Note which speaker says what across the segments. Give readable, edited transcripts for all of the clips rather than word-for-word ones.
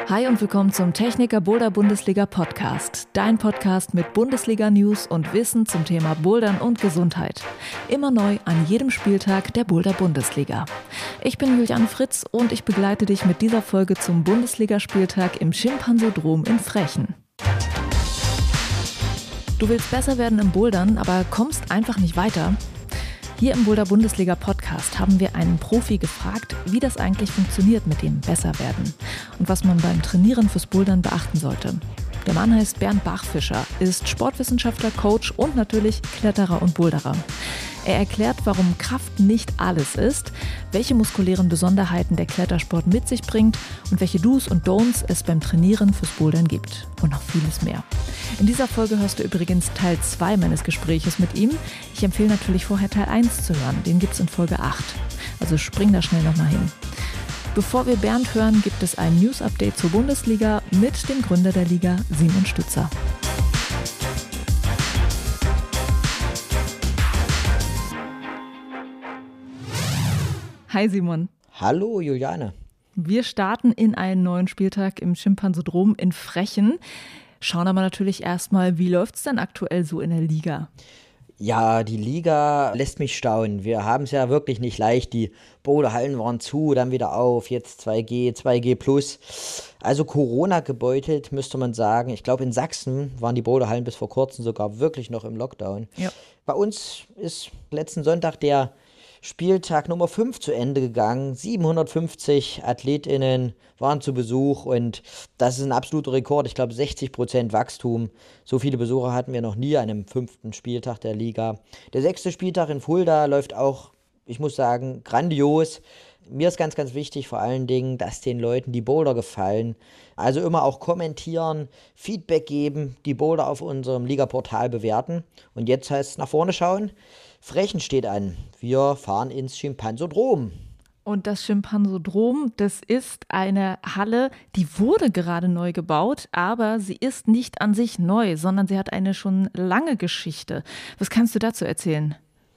Speaker 1: Hi und willkommen zum Techniker Boulder Bundesliga Podcast. Dein Podcast mit Bundesliga-News und Wissen zum Thema Bouldern und Gesundheit. Immer neu an jedem Spieltag der Boulder Bundesliga. Ich bin Juliane Fritz und ich begleite dich mit dieser Folge zum Bundesligaspieltag im Schimpansodrom in Frechen. Du willst besser werden im Bouldern, aber kommst einfach nicht weiter? Hier im Boulder Bundesliga Podcast haben wir einen Profi gefragt, wie das eigentlich funktioniert mit dem Besserwerden und was man beim Trainieren fürs Bouldern beachten sollte. Der Mann heißt Bernd Bachfischer, ist Sportwissenschaftler, Coach und natürlich Kletterer und Boulderer. Er erklärt, warum Kraft nicht alles ist, welche muskulären Besonderheiten der Klettersport mit sich bringt und welche Do's und Don'ts es beim Trainieren fürs Bouldern gibt. Und noch vieles mehr. In dieser Folge hörst du übrigens Teil 2 meines Gespräches mit ihm. Ich empfehle natürlich vorher Teil 1 zu hören, den gibt's in Folge 8. Also spring da schnell nochmal hin. Bevor wir Bernd hören, gibt es ein News-Update zur Bundesliga mit dem Gründer der Liga, Simon Stützer. Hi Simon.
Speaker 2: Hallo Juliane.
Speaker 1: Wir starten in einen neuen Spieltag im Schimpansodrom in Frechen. Schauen aber natürlich erstmal, wie läuft es denn aktuell so in der Liga?
Speaker 2: Ja, die Liga lässt mich staunen. Wir haben es ja wirklich nicht leicht. Die Boulderhallen waren zu, dann wieder auf, jetzt 2G, 2G+. Also Corona gebeutelt, müsste man sagen. Ich glaube, in Sachsen waren die Boulderhallen bis vor kurzem sogar wirklich noch im Lockdown. Ja. Bei uns ist letzten Sonntag der Spieltag Nummer 5 zu Ende gegangen. 750 AthletInnen waren zu Besuch und das ist ein absoluter Rekord. Ich glaube 60% Wachstum. So viele Besucher hatten wir noch nie an einem 5. Spieltag der Liga. Der 6. Spieltag in Fulda läuft auch, ich muss sagen, grandios. Mir ist ganz, ganz wichtig vor allen Dingen, dass den Leuten die Boulder gefallen. Also immer auch kommentieren, Feedback geben, die Boulder auf unserem Liga-Portal bewerten. Und jetzt heißt es nach vorne schauen. Frechen steht an. Wir fahren ins Schimpansodrom.
Speaker 1: Und das Schimpansodrom, das ist eine Halle, die wurde gerade neu gebaut, aber sie ist nicht an sich neu, sondern sie hat eine schon lange Geschichte. Was kannst du dazu erzählen?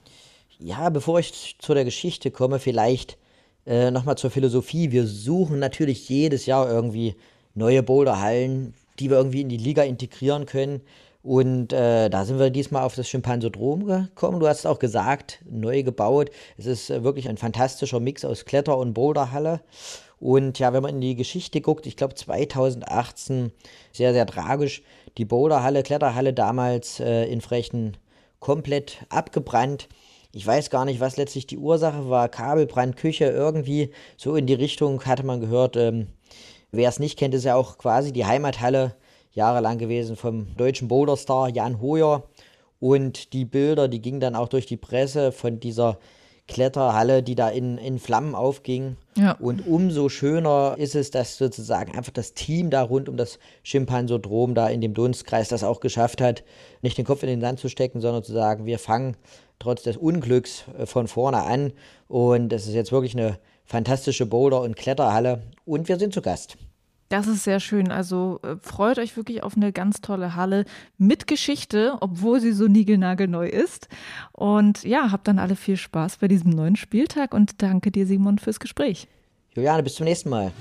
Speaker 2: Ja, bevor ich zu der Geschichte komme, vielleicht nochmal zur Philosophie. Wir suchen natürlich jedes Jahr irgendwie neue Boulderhallen, die wir irgendwie in die Liga integrieren können. Und da sind wir diesmal auf das Schimpansodrom gekommen. Du hast es auch gesagt, neu gebaut. Es ist wirklich ein fantastischer Mix aus Kletter- und Boulderhalle. Und ja, wenn man in die Geschichte guckt, ich glaube 2018, sehr, sehr tragisch, die Boulderhalle, Kletterhalle damals in Frechen komplett abgebrannt. Ich weiß gar nicht, was letztlich die Ursache war. Kabelbrand, Küche, irgendwie so in die Richtung hatte man gehört. Wer es nicht kennt, ist ja auch quasi die Heimathalle jahrelang gewesen vom deutschen Boulderstar Jan Hoyer. Und die Bilder, die gingen dann auch durch die Presse von dieser Kletterhalle, die da in Flammen aufging. Ja. Und umso schöner ist es, dass sozusagen einfach das Team da rund um das Schimpansodrom da in dem Dunstkreis das auch geschafft hat, nicht den Kopf in den Sand zu stecken, sondern zu sagen, wir fangen trotz des Unglücks von vorne an. Und es ist jetzt wirklich eine fantastische Boulder- und Kletterhalle. Und wir sind zu Gast.
Speaker 1: Das ist sehr schön. Also freut euch wirklich auf eine ganz tolle Halle mit Geschichte, obwohl sie so niegelnagelneu ist. Und ja, habt dann alle viel Spaß bei diesem neuen Spieltag und danke dir, Simon, fürs Gespräch.
Speaker 2: Juliane, bis zum nächsten Mal.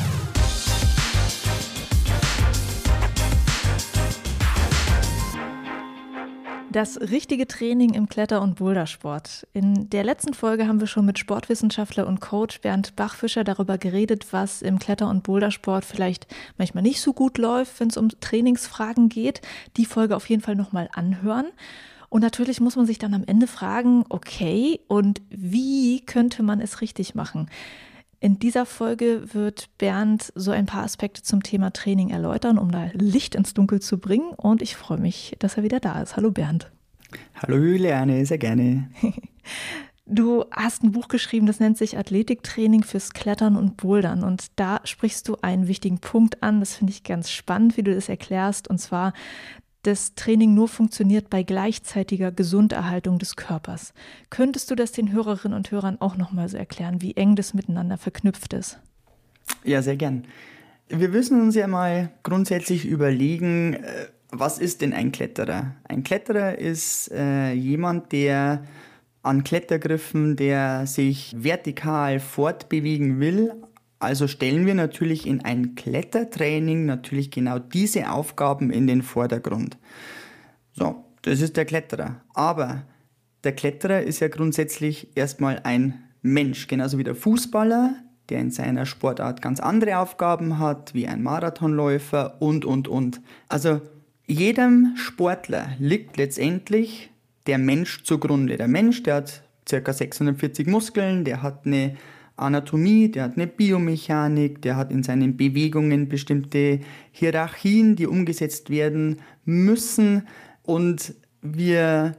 Speaker 1: Das richtige Training im Kletter- und Bouldersport. In der letzten Folge haben wir schon mit Sportwissenschaftler und Coach Bernd Bachfischer darüber geredet, was im Kletter- und Bouldersport vielleicht manchmal nicht so gut läuft, wenn es um Trainingsfragen geht. Die Folge auf jeden Fall nochmal anhören. Und natürlich muss man sich dann am Ende fragen, okay, und wie könnte man es richtig machen? In dieser Folge wird Bernd so ein paar Aspekte zum Thema Training erläutern, um da Licht ins Dunkel zu bringen. Und ich freue mich, dass er wieder da ist. Hallo Bernd.
Speaker 3: Hallo Juliane, sehr gerne.
Speaker 1: Du hast ein Buch geschrieben, das nennt sich Athletiktraining fürs Klettern und Bouldern. Und da sprichst du einen wichtigen Punkt an. Das finde ich ganz spannend, wie du das erklärst. Und zwar, dass Training nur funktioniert bei gleichzeitiger Gesunderhaltung des Körpers. Könntest du das den Hörerinnen und Hörern auch nochmal so erklären, wie eng das miteinander verknüpft ist?
Speaker 3: Ja, sehr gern. Wir müssen uns ja mal grundsätzlich überlegen, was ist denn ein Kletterer? Ein Kletterer ist jemand, der an Klettergriffen, der sich vertikal fortbewegen will, Also stellen wir natürlich in ein Klettertraining natürlich genau diese Aufgaben in den Vordergrund. So, das ist der Kletterer. Aber der Kletterer ist ja grundsätzlich erstmal ein Mensch, genauso wie der Fußballer, der in seiner Sportart ganz andere Aufgaben hat, wie ein Marathonläufer und. Also jedem Sportler liegt letztendlich der Mensch zugrunde. Der Mensch, der hat ca. 640 Muskeln, der hat eine Anatomie, der hat eine Biomechanik, der hat in seinen Bewegungen bestimmte Hierarchien, die umgesetzt werden müssen. Und wir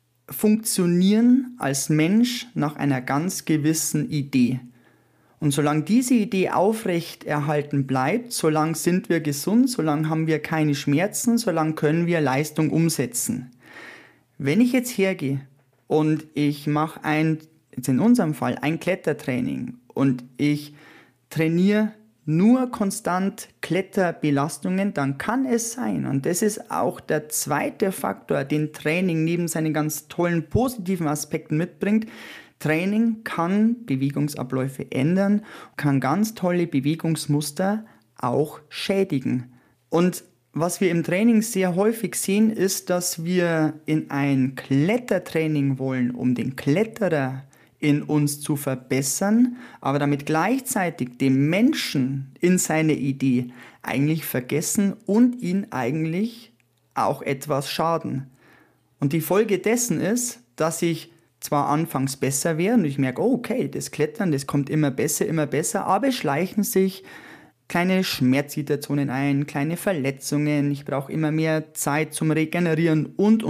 Speaker 3: funktionieren als Mensch nach einer ganz gewissen Idee. Und solange diese Idee aufrecht erhalten bleibt, solange sind wir gesund, solange haben wir keine Schmerzen, solange können wir Leistung umsetzen. Wenn ich jetzt hergehe und ich mache jetzt in unserem Fall ein Klettertraining und ich trainiere nur konstant Kletterbelastungen, dann kann es sein, und das ist auch der zweite Faktor, den Training neben seinen ganz tollen positiven Aspekten mitbringt. Training kann Bewegungsabläufe ändern, kann ganz tolle Bewegungsmuster auch schädigen. Und was wir im Training sehr häufig sehen, ist, dass wir in ein Klettertraining wollen, um den Kletterer in uns zu verbessern, aber damit gleichzeitig dem Menschen in seine Idee eigentlich vergessen und ihn eigentlich auch etwas schaden. Und die Folge dessen ist, dass ich zwar anfangs besser werde und ich merke, oh, okay, das Klettern, das kommt immer besser, aber es schleichen sich kleine Schmerzsituationen ein, kleine Verletzungen, ich brauche immer mehr Zeit zum Regenerieren und.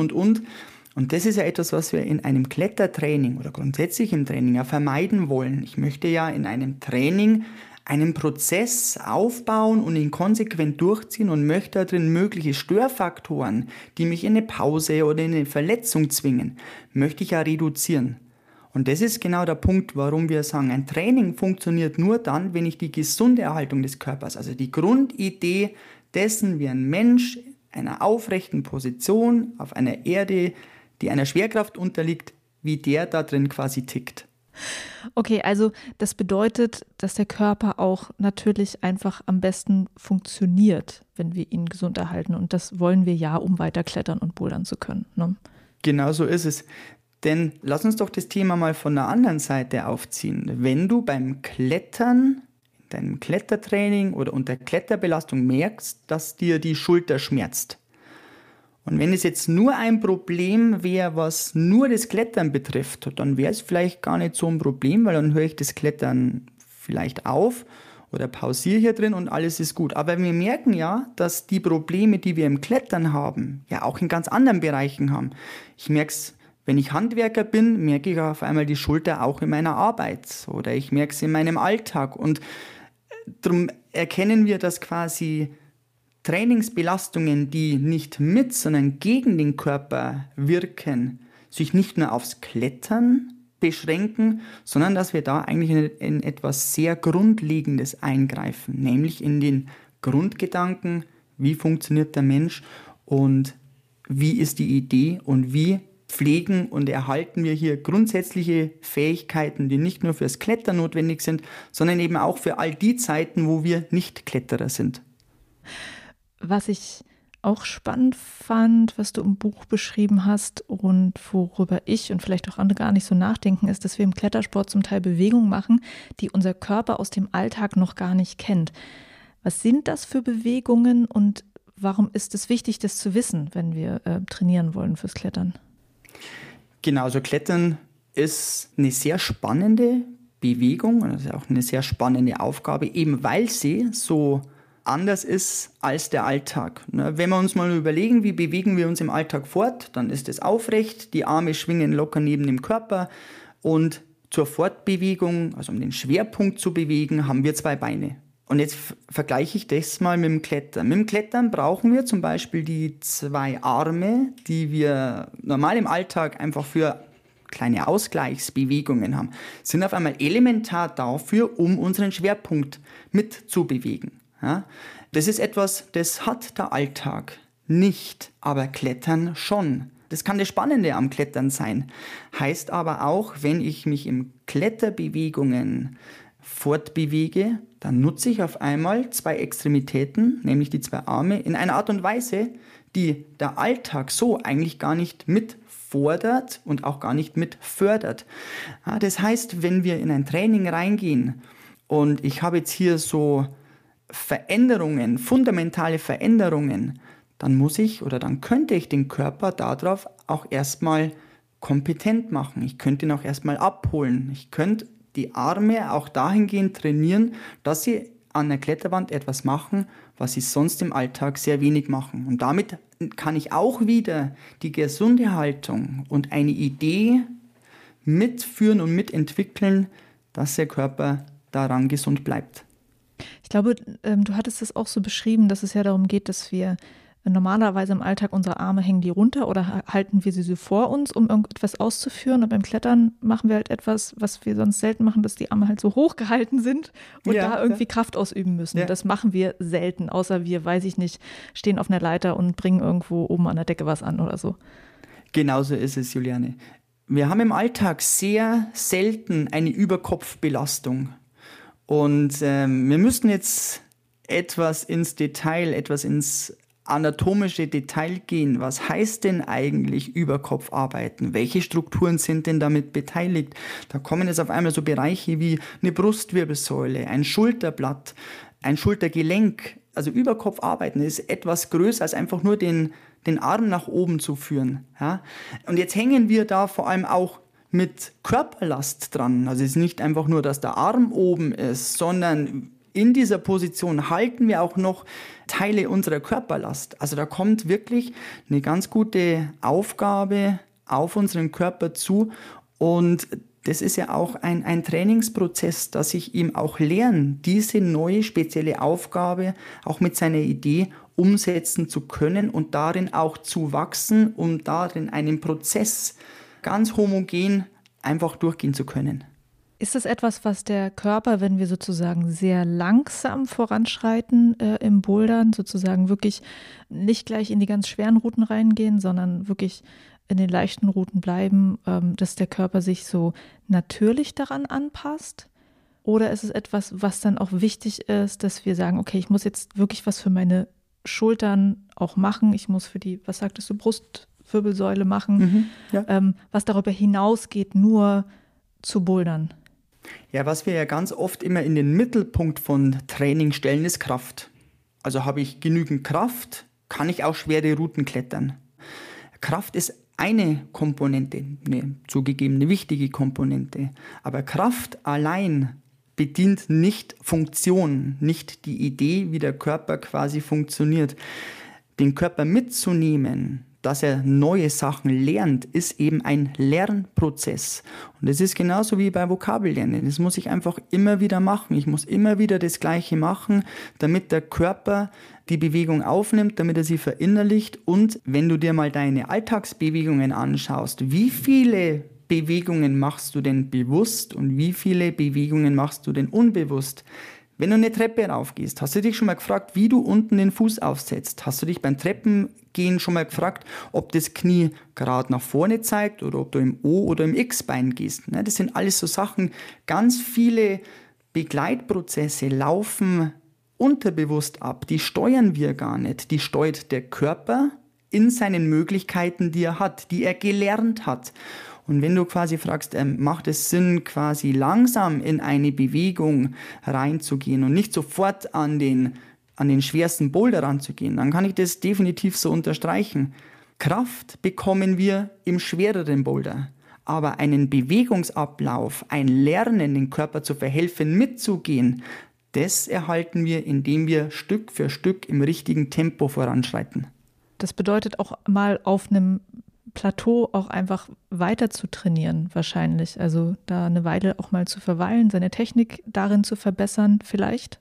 Speaker 3: Und das ist ja etwas, was wir in einem Klettertraining oder grundsätzlich im Training ja vermeiden wollen. Ich möchte ja in einem Training einen Prozess aufbauen und ihn konsequent durchziehen und möchte darin mögliche Störfaktoren, die mich in eine Pause oder in eine Verletzung zwingen, möchte ich ja reduzieren. Und das ist genau der Punkt, warum wir sagen, ein Training funktioniert nur dann, wenn ich die gesunde Erhaltung des Körpers, also die Grundidee dessen, wie ein Mensch einer aufrechten Position auf einer Erde, die einer Schwerkraft unterliegt, wie der da drin quasi tickt.
Speaker 1: Okay, also das bedeutet, dass der Körper auch natürlich einfach am besten funktioniert, wenn wir ihn gesund erhalten. Und das wollen wir ja, um weiter klettern und bouldern zu können. Ne?
Speaker 3: Genau so ist es. Denn lass uns doch das Thema mal von der anderen Seite aufziehen. Wenn du beim Klettern, in deinem Klettertraining oder unter Kletterbelastung merkst, dass dir die Schulter schmerzt. Und wenn es jetzt nur ein Problem wäre, was nur das Klettern betrifft, dann wäre es vielleicht gar nicht so ein Problem, weil dann höre ich das Klettern vielleicht auf oder pausiere hier drin und alles ist gut. Aber wir merken ja, dass die Probleme, die wir im Klettern haben, ja auch in ganz anderen Bereichen haben. Ich merke es, wenn ich Handwerker bin, merke ich auf einmal die Schulter auch in meiner Arbeit oder ich merke es in meinem Alltag. Und darum erkennen wir, dass quasi Trainingsbelastungen, die nicht mit, sondern gegen den Körper wirken, sich nicht nur aufs Klettern beschränken, sondern dass wir da eigentlich in etwas sehr Grundlegendes eingreifen, nämlich in den Grundgedanken, wie funktioniert der Mensch und wie ist die Idee und wie pflegen und erhalten wir hier grundsätzliche Fähigkeiten, die nicht nur fürs Klettern notwendig sind, sondern eben auch für all die Zeiten, wo wir nicht Kletterer sind.
Speaker 1: Was ich auch spannend fand, was du im Buch beschrieben hast und worüber ich und vielleicht auch andere gar nicht so nachdenken, ist, dass wir im Klettersport zum Teil Bewegungen machen, die unser Körper aus dem Alltag noch gar nicht kennt. Was sind das für Bewegungen und warum ist es wichtig, das zu wissen, wenn wir trainieren wollen fürs Klettern?
Speaker 3: Genau, also Klettern ist eine sehr spannende Bewegung, also auch eine sehr spannende Aufgabe, eben weil sie so anders ist als der Alltag. Wenn wir uns mal überlegen, wie bewegen wir uns im Alltag fort, dann ist es aufrecht, die Arme schwingen locker neben dem Körper und zur Fortbewegung, also um den Schwerpunkt zu bewegen, haben wir 2 Beine. Und jetzt vergleiche ich das mal mit dem Klettern. Mit dem Klettern brauchen wir zum Beispiel die 2 Arme, die wir normal im Alltag einfach für kleine Ausgleichsbewegungen haben, sind auf einmal elementar dafür, um unseren Schwerpunkt mitzubewegen. Ja, das ist etwas, das hat der Alltag nicht, aber Klettern schon. Das kann das Spannende am Klettern sein. Heißt aber auch, wenn ich mich in Kletterbewegungen fortbewege, dann nutze ich auf einmal 2 Extremitäten, nämlich die 2 Arme, in einer Art und Weise, die der Alltag so eigentlich gar nicht mitfordert und auch gar nicht mitfördert. Ja, das heißt, wenn wir in ein Training reingehen und ich habe jetzt hier so Veränderungen, fundamentale Veränderungen, dann könnte ich den Körper darauf auch erstmal kompetent machen. Ich könnte ihn auch erstmal abholen. Ich könnte die Arme auch dahingehend trainieren, dass sie an der Kletterwand etwas machen, was sie sonst im Alltag sehr wenig machen. Und damit kann ich auch wieder die gesunde Haltung und eine Idee mitführen und mitentwickeln, dass der Körper daran gesund bleibt.
Speaker 1: Ich glaube, du hattest es auch so beschrieben, dass es ja darum geht, dass wir normalerweise im Alltag unsere Arme hängen die runter oder halten wir sie so vor uns, um irgendetwas auszuführen. Und beim Klettern machen wir halt etwas, was wir sonst selten machen, dass die Arme halt so hoch gehalten sind und da irgendwie Kraft ausüben müssen. Ja. Das machen wir selten, außer wir, weiß ich nicht, stehen auf einer Leiter und bringen irgendwo oben an der Decke was an oder so.
Speaker 3: Genauso ist es, Juliane. Wir haben im Alltag sehr selten eine Überkopfbelastung. Und wir müssen jetzt etwas ins Detail, etwas ins anatomische Detail gehen. Was heißt denn eigentlich Überkopfarbeiten? Welche Strukturen sind denn damit beteiligt? Da kommen jetzt auf einmal so Bereiche wie eine Brustwirbelsäule, ein Schulterblatt, ein Schultergelenk. Also Überkopfarbeiten ist etwas größer als einfach nur den Arm nach oben zu führen. Ja? Und jetzt hängen wir da vor allem auch mit Körperlast dran. Also es ist nicht einfach nur, dass der Arm oben ist, sondern in dieser Position halten wir auch noch Teile unserer Körperlast. Also da kommt wirklich eine ganz gute Aufgabe auf unseren Körper zu. Und das ist ja auch ein Trainingsprozess, dass ich ihm auch lerne, diese neue spezielle Aufgabe auch mit seiner Idee umsetzen zu können und darin auch zu wachsen, um darin einen Prozess ganz homogen einfach durchgehen zu können.
Speaker 1: Ist das etwas, was der Körper, wenn wir sozusagen sehr langsam voranschreiten im Bouldern, sozusagen wirklich nicht gleich in die ganz schweren Routen reingehen, sondern wirklich in den leichten Routen bleiben, dass der Körper sich so natürlich daran anpasst? Oder ist es etwas, was dann auch wichtig ist, dass wir sagen, okay, ich muss jetzt wirklich was für meine Schultern auch machen, ich muss für die, was sagtest du, Brustwirbelsäule machen, was darüber hinausgeht, nur zu bouldern?
Speaker 3: Ja, was wir ja ganz oft immer in den Mittelpunkt von Training stellen, ist Kraft. Also habe ich genügend Kraft, kann ich auch schwere Routen klettern. Kraft ist eine Komponente, eine zugegebene wichtige Komponente. Aber Kraft allein bedient nicht Funktion, nicht die Idee, wie der Körper quasi funktioniert. Den Körper mitzunehmen, dass er neue Sachen lernt, ist eben ein Lernprozess. Und das ist genauso wie bei Vokabellernen. Das muss ich einfach immer wieder machen. Ich muss immer wieder das Gleiche machen, damit der Körper die Bewegung aufnimmt, damit er sie verinnerlicht. Und wenn du dir mal deine Alltagsbewegungen anschaust, wie viele Bewegungen machst du denn bewusst und wie viele Bewegungen machst du denn unbewusst? Wenn du eine Treppe raufgehst, hast du dich schon mal gefragt, wie du unten den Fuß aufsetzt? Hast du dich beim Treppengehen schon mal gefragt, ob das Knie gerade nach vorne zeigt oder ob du im O- oder im X-Bein gehst? Das sind alles so Sachen, ganz viele Begleitprozesse laufen unterbewusst ab. Die steuern wir gar nicht. Die steuert der Körper in seinen Möglichkeiten, die er hat, die er gelernt hat. Und wenn du quasi fragst, macht es Sinn, quasi langsam in eine Bewegung reinzugehen und nicht sofort an den schwersten Boulder ranzugehen, dann kann ich das definitiv so unterstreichen. Kraft bekommen wir im schwereren Boulder. Aber einen Bewegungsablauf, ein Lernen, den Körper zu verhelfen, mitzugehen, das erhalten wir, indem wir Stück für Stück im richtigen Tempo voranschreiten.
Speaker 1: Das bedeutet auch mal auf einem Plateau auch einfach weiter zu trainieren wahrscheinlich. Also da eine Weile auch mal zu verweilen, seine Technik darin zu verbessern vielleicht?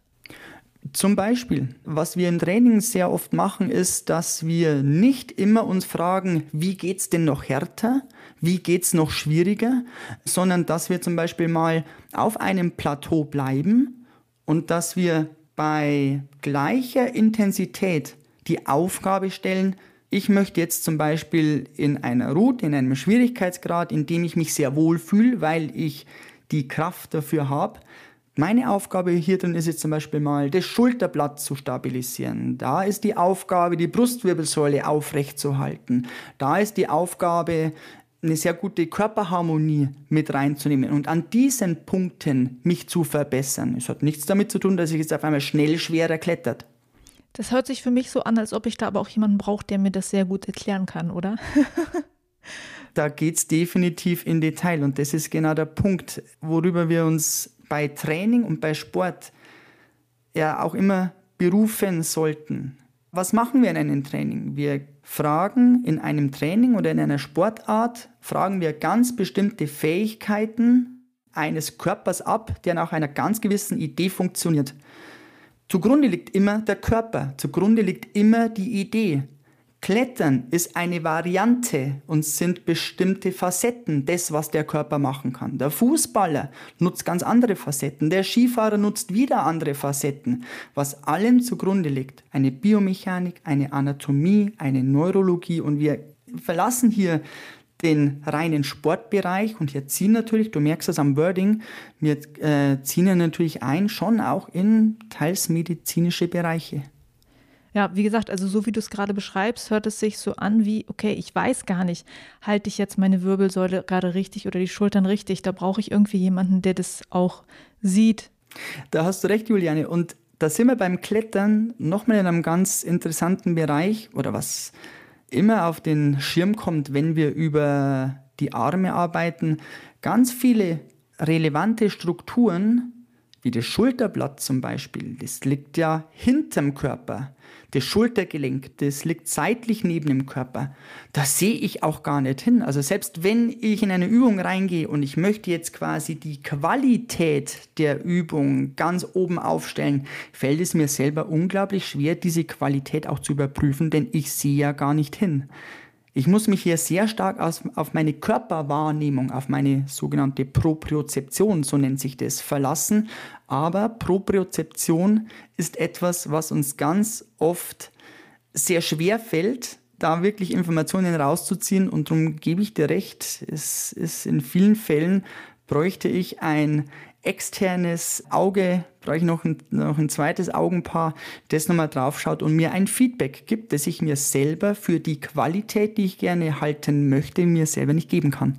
Speaker 3: Zum Beispiel, was wir im Training sehr oft machen, ist, dass wir nicht immer uns fragen, wie geht's denn noch härter, wie geht's noch schwieriger, sondern dass wir zum Beispiel mal auf einem Plateau bleiben und dass wir bei gleicher Intensität die Aufgabe stellen, ich möchte jetzt zum Beispiel in einer Route, in einem Schwierigkeitsgrad, in dem ich mich sehr wohl fühle, weil ich die Kraft dafür habe, Meine Aufgabe hier drin ist jetzt zum Beispiel mal, das Schulterblatt zu stabilisieren. Da ist die Aufgabe, die Brustwirbelsäule aufrechtzuerhalten. Da ist die Aufgabe, eine sehr gute Körperharmonie mit reinzunehmen und an diesen Punkten mich zu verbessern. Es hat nichts damit zu tun, dass ich jetzt auf einmal schnell schwerer klettert.
Speaker 1: Das hört sich für mich so an, als ob ich da aber auch jemanden brauche, der mir das sehr gut erklären kann, oder?
Speaker 3: Da geht es definitiv in Detail und das ist genau der Punkt, worüber wir uns bei Training und bei Sport ja auch immer berufen sollten. Was machen wir in einem Training? Wir fragen in einem Training oder in einer Sportart, fragen wir ganz bestimmte Fähigkeiten eines Körpers ab, der nach einer ganz gewissen Idee funktioniert. Zugrunde liegt immer der Körper, zugrunde liegt immer die Idee. Klettern ist eine Variante und sind bestimmte Facetten des, was der Körper machen kann. Der Fußballer nutzt ganz andere Facetten, der Skifahrer nutzt wieder andere Facetten. Was allem zugrunde liegt, eine Biomechanik, eine Anatomie, eine Neurologie und wir verlassen hier den reinen Sportbereich und hier ziehen natürlich, du merkst es am Wording, wir ziehen ja natürlich ein, schon auch in teils medizinische Bereiche.
Speaker 1: Ja, wie gesagt, also so wie du es gerade beschreibst, hört es sich so an wie, okay, ich weiß gar nicht, halte ich jetzt meine Wirbelsäule gerade richtig oder die Schultern richtig? Da brauche ich irgendwie jemanden, der das auch sieht.
Speaker 3: Da hast du recht, Juliane. Und da sind wir beim Klettern nochmal in einem ganz interessanten Bereich oder was immer auf den Schirm kommt, wenn wir über die Arme arbeiten. Ganz viele relevante Strukturen, wie das Schulterblatt zum Beispiel, das liegt ja hinterm Körper. Das Schultergelenk, das liegt seitlich neben dem Körper. Da sehe ich auch gar nicht hin. Also selbst wenn ich in eine Übung reingehe und ich möchte jetzt quasi die Qualität der Übung ganz oben aufstellen, fällt es mir selber unglaublich schwer, diese Qualität auch zu überprüfen, denn ich sehe ja gar nicht hin. Ich muss mich hier sehr stark auf meine Körperwahrnehmung, auf meine sogenannte Propriozeption, so nennt sich das, verlassen. Aber Propriozeption ist etwas, was uns ganz oft sehr schwer fällt, da wirklich Informationen rauszuziehen. Und darum gebe ich dir recht, es ist in vielen Fällen, bräuchte ich ein externes Auge, brauche ich noch ein zweites Augenpaar, das nochmal drauf schaut und mir ein Feedback gibt, das ich mir selber für die Qualität, die ich gerne halten möchte, mir selber nicht geben kann.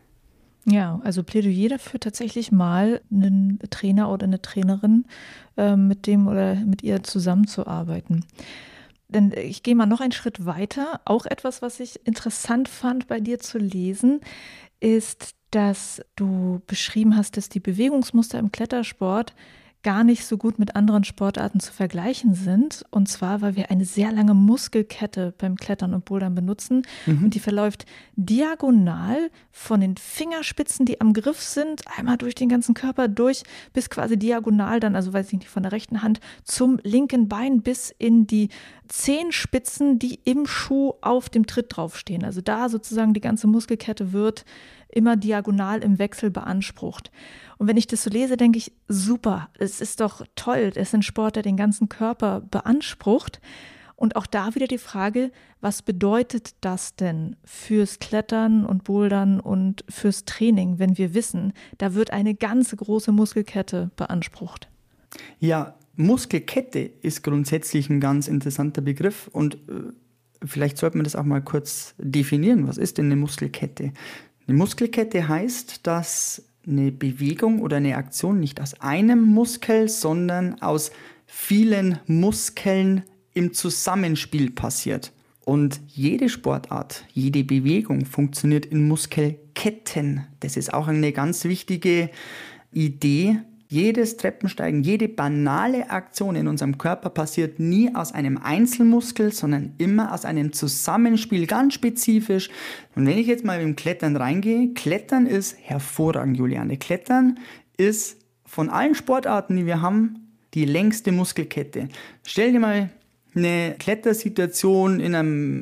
Speaker 1: Ja, also Plädoyer dafür, tatsächlich mal einen Trainer oder eine Trainerin mit dem oder mit ihr zusammenzuarbeiten. Denn ich gehe mal noch einen Schritt weiter. Auch etwas, was ich interessant fand bei dir zu lesen, ist, dass du beschrieben hast, dass die Bewegungsmuster im Klettersport gar nicht so gut mit anderen Sportarten zu vergleichen sind. Und zwar, weil wir eine sehr lange Muskelkette beim Klettern und Bouldern benutzen. Und die verläuft diagonal von den Fingerspitzen, die am Griff sind, einmal durch den ganzen Körper durch, bis quasi diagonal dann, also weiß ich nicht, von der rechten Hand zum linken Bein bis in die Zehenspitzen, die im Schuh auf dem Tritt draufstehen. Also da sozusagen die ganze Muskelkette wird immer diagonal im Wechsel beansprucht. Und wenn ich das so lese, denke ich, super, es ist doch toll, es ist ein Sport, der den ganzen Körper beansprucht. Und auch da wieder die Frage, was bedeutet das denn fürs Klettern und Bouldern und fürs Training, wenn wir wissen, da wird eine ganze große Muskelkette beansprucht?
Speaker 3: Ja, Muskelkette ist grundsätzlich ein ganz interessanter Begriff und vielleicht sollte man das auch mal kurz definieren. Was ist denn eine Muskelkette? Eine Muskelkette heißt, dass eine Bewegung oder eine Aktion nicht aus einem Muskel, sondern aus vielen Muskeln im Zusammenspiel passiert. Und jede Sportart, jede Bewegung funktioniert in Muskelketten. Das ist auch eine ganz wichtige Idee. Jedes Treppensteigen, jede banale Aktion in unserem Körper passiert nie aus einem Einzelmuskel, sondern immer aus einem Zusammenspiel, ganz spezifisch. Und wenn ich jetzt mal mit dem Klettern reingehe, Klettern ist hervorragend, Juliane. Klettern ist von allen Sportarten, die wir haben, die längste Muskelkette. Stell dir mal eine Klettersituation in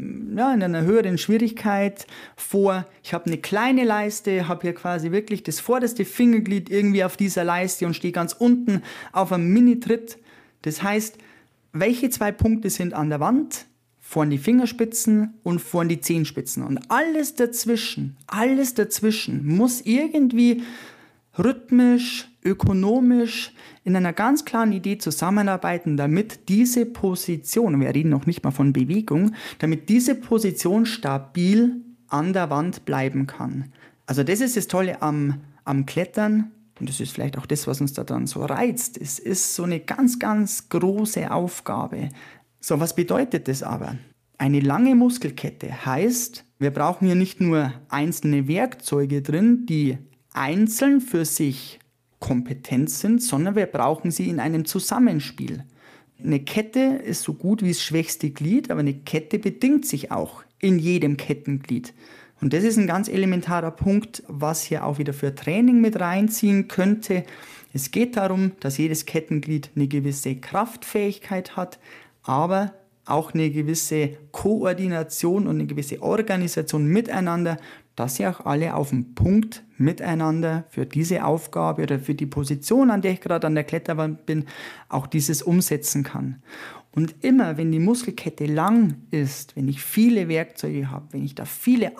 Speaker 3: einer höheren Schwierigkeit vor. Ich habe eine kleine Leiste, habe hier quasi wirklich das vorderste Fingerglied irgendwie auf dieser Leiste und stehe ganz unten auf einem Mini-Tritt. Das heißt, welche zwei Punkte sind an der Wand? Vorn die Fingerspitzen und vorn die Zehenspitzen. Und alles dazwischen muss irgendwie rhythmisch, ökonomisch in einer ganz klaren Idee zusammenarbeiten, damit diese Position, wir reden noch nicht mal von Bewegung, damit diese Position stabil an der Wand bleiben kann. Also das ist das Tolle am Klettern und das ist vielleicht auch das, was uns da dann so reizt. Es ist so eine ganz, ganz große Aufgabe. So, was bedeutet das aber? Eine lange Muskelkette heißt, wir brauchen hier nicht nur einzelne Werkzeuge drin, die einzeln für sich kompetent sind, sondern wir brauchen sie in einem Zusammenspiel. Eine Kette ist so gut wie das schwächste Glied, aber eine Kette bedingt sich auch in jedem Kettenglied. Und das ist ein ganz elementarer Punkt, was hier auch wieder für Training mit reinziehen könnte. Es geht darum, dass jedes Kettenglied eine gewisse Kraftfähigkeit hat, aber auch eine gewisse Koordination und eine gewisse Organisation miteinander, dass sie auch alle auf den Punkt miteinander für diese Aufgabe oder für die Position, an der ich gerade an der Kletterwand bin, auch dieses umsetzen kann. Und immer, wenn die Muskelkette lang ist, wenn ich viele Werkzeuge habe, wenn ich da viele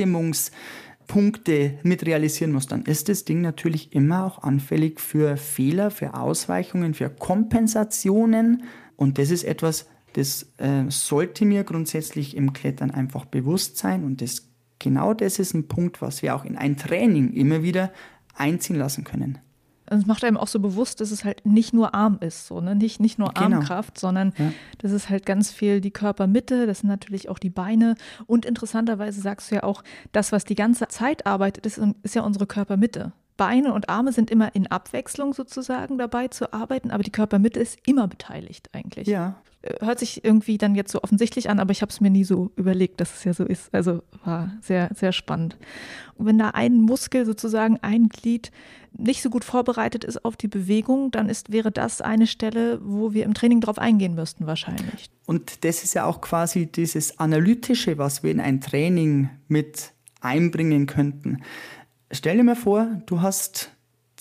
Speaker 3: Abstimmungspunkte mit realisieren muss, dann ist das Ding natürlich immer auch anfällig für Fehler, für Ausweichungen, für Kompensationen. Und das ist etwas, das sollte mir grundsätzlich im Klettern einfach bewusst sein. Und genau das ist ein Punkt, was wir auch in ein Training immer wieder einziehen lassen können.
Speaker 1: Es macht einem auch so bewusst, dass es halt nicht nur Arm ist, so, ne? Nicht nur Armkraft, sondern das ist halt ganz viel die Körpermitte, das sind natürlich auch die Beine und interessanterweise sagst du ja auch, das, was die ganze Zeit arbeitet, ist ja unsere Körpermitte. Beine und Arme sind immer in Abwechslung sozusagen dabei zu arbeiten, aber die Körpermitte ist immer beteiligt eigentlich.
Speaker 3: Ja.
Speaker 1: Hört sich irgendwie dann jetzt so offensichtlich an, aber ich habe es mir nie so überlegt, dass es ja so ist. Also war sehr, sehr spannend. Und wenn da ein Muskel sozusagen, ein Glied nicht so gut vorbereitet ist auf die Bewegung, dann wäre das eine Stelle, wo wir im Training drauf eingehen müssten wahrscheinlich.
Speaker 3: Und das ist ja auch quasi dieses Analytische, was wir in ein Training mit einbringen könnten. Stell dir mal vor, du hast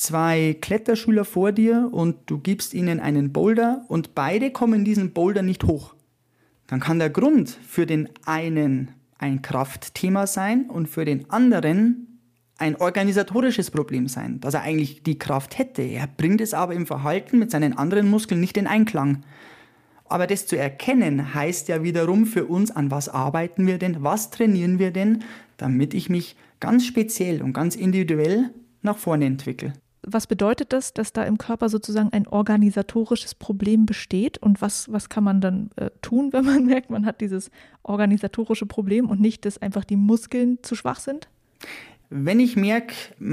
Speaker 3: 2 Kletterschüler vor dir und du gibst ihnen einen Boulder und beide kommen diesen Boulder nicht hoch. Dann kann der Grund für den einen ein Kraftthema sein und für den anderen ein organisatorisches Problem sein, dass er eigentlich die Kraft hätte. Er bringt es aber im Verhalten mit seinen anderen Muskeln nicht in Einklang. Aber das zu erkennen, heißt ja wiederum für uns, an was arbeiten wir denn, was trainieren wir denn, damit ich mich ganz speziell und ganz individuell nach vorne entwickle.
Speaker 1: Was bedeutet das, dass da im Körper sozusagen ein organisatorisches Problem besteht? Und was kann man dann tun, wenn man merkt, man hat dieses organisatorische Problem und nicht, dass einfach die Muskeln zu schwach sind?
Speaker 3: Wenn ich merke,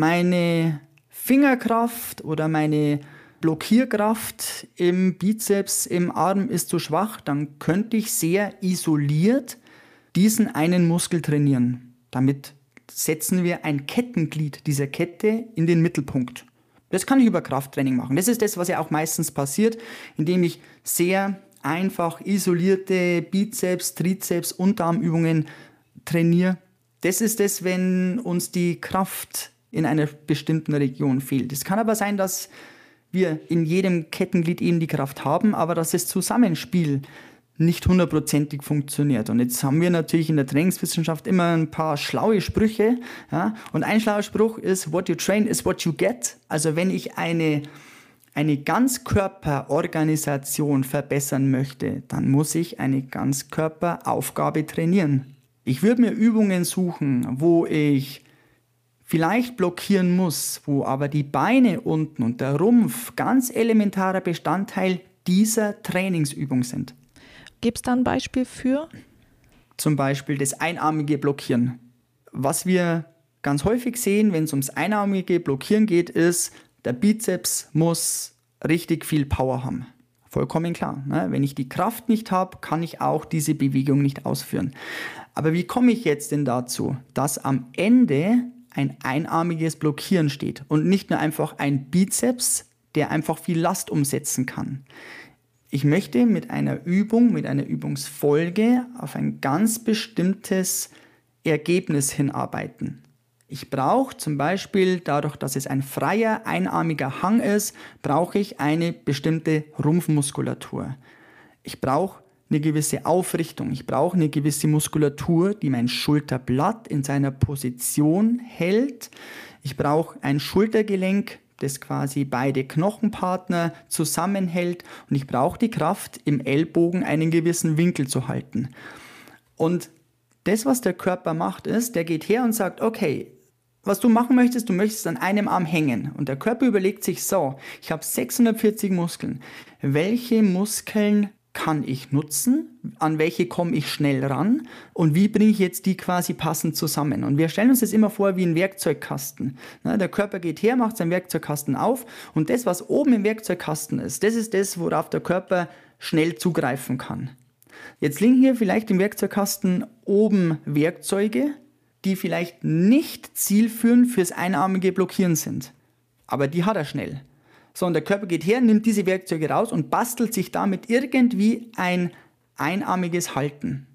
Speaker 3: meine Fingerkraft oder meine Blockierkraft im Bizeps, im Arm ist zu schwach, dann könnte ich sehr isoliert diesen einen Muskel trainieren. Damit setzen wir ein Kettenglied dieser Kette in den Mittelpunkt. Das kann ich über Krafttraining machen. Das ist das, was ja auch meistens passiert, indem ich sehr einfach isolierte Bizeps, Trizeps, Unterarmübungen trainiere. Das ist das, wenn uns die Kraft in einer bestimmten Region fehlt. Es kann aber sein, dass wir in jedem Kettenglied eben die Kraft haben, aber dass das Zusammenspiel nicht 100%ig funktioniert. Und jetzt haben wir natürlich in der Trainingswissenschaft immer ein paar schlaue Sprüche. Ja? Und ein schlauer Spruch ist, what you train is what you get. Also wenn ich eine Ganzkörperorganisation verbessern möchte, dann muss ich eine Ganzkörperaufgabe trainieren. Ich würde mir Übungen suchen, wo ich vielleicht blockieren muss, wo aber die Beine unten und der Rumpf ganz elementarer Bestandteil dieser Trainingsübung sind.
Speaker 1: Gibt es da ein Beispiel für?
Speaker 3: Zum Beispiel das einarmige Blockieren. Was wir ganz häufig sehen, wenn es ums einarmige Blockieren geht, ist, der Bizeps muss richtig viel Power haben. Vollkommen klar. Ne? Wenn ich die Kraft nicht habe, kann ich auch diese Bewegung nicht ausführen. Aber wie komme ich jetzt denn dazu, dass am Ende ein einarmiges Blockieren steht und nicht nur einfach ein Bizeps, der einfach viel Last umsetzen kann? Ich möchte mit einer Übung, mit einer Übungsfolge auf ein ganz bestimmtes Ergebnis hinarbeiten. Ich brauche zum Beispiel, dadurch, dass es ein freier, einarmiger Hang ist, brauche ich eine bestimmte Rumpfmuskulatur. Ich brauche eine gewisse Aufrichtung. Ich brauche eine gewisse Muskulatur, die mein Schulterblatt in seiner Position hält. Ich brauche ein Schultergelenk, das quasi beide Knochenpartner zusammenhält und ich brauche die Kraft, im Ellbogen einen gewissen Winkel zu halten. Und das, was der Körper macht, ist, der geht her und sagt, okay, was du machen möchtest, du möchtest an einem Arm hängen. Und der Körper überlegt sich, so, ich habe 640 Muskeln. Welche Muskeln kann ich nutzen? An welche komme ich schnell ran? Und wie bringe ich jetzt die quasi passend zusammen? Und wir stellen uns das immer vor wie ein Werkzeugkasten. Der Körper geht her, macht seinen Werkzeugkasten auf und das, was oben im Werkzeugkasten ist, das ist das, worauf der Körper schnell zugreifen kann. Jetzt liegen hier vielleicht im Werkzeugkasten oben Werkzeuge, die vielleicht nicht zielführend fürs einarmige Blockieren sind. Aber die hat er schnell. So, und der Körper geht her, nimmt diese Werkzeuge raus und bastelt sich damit irgendwie ein einarmiges Halten.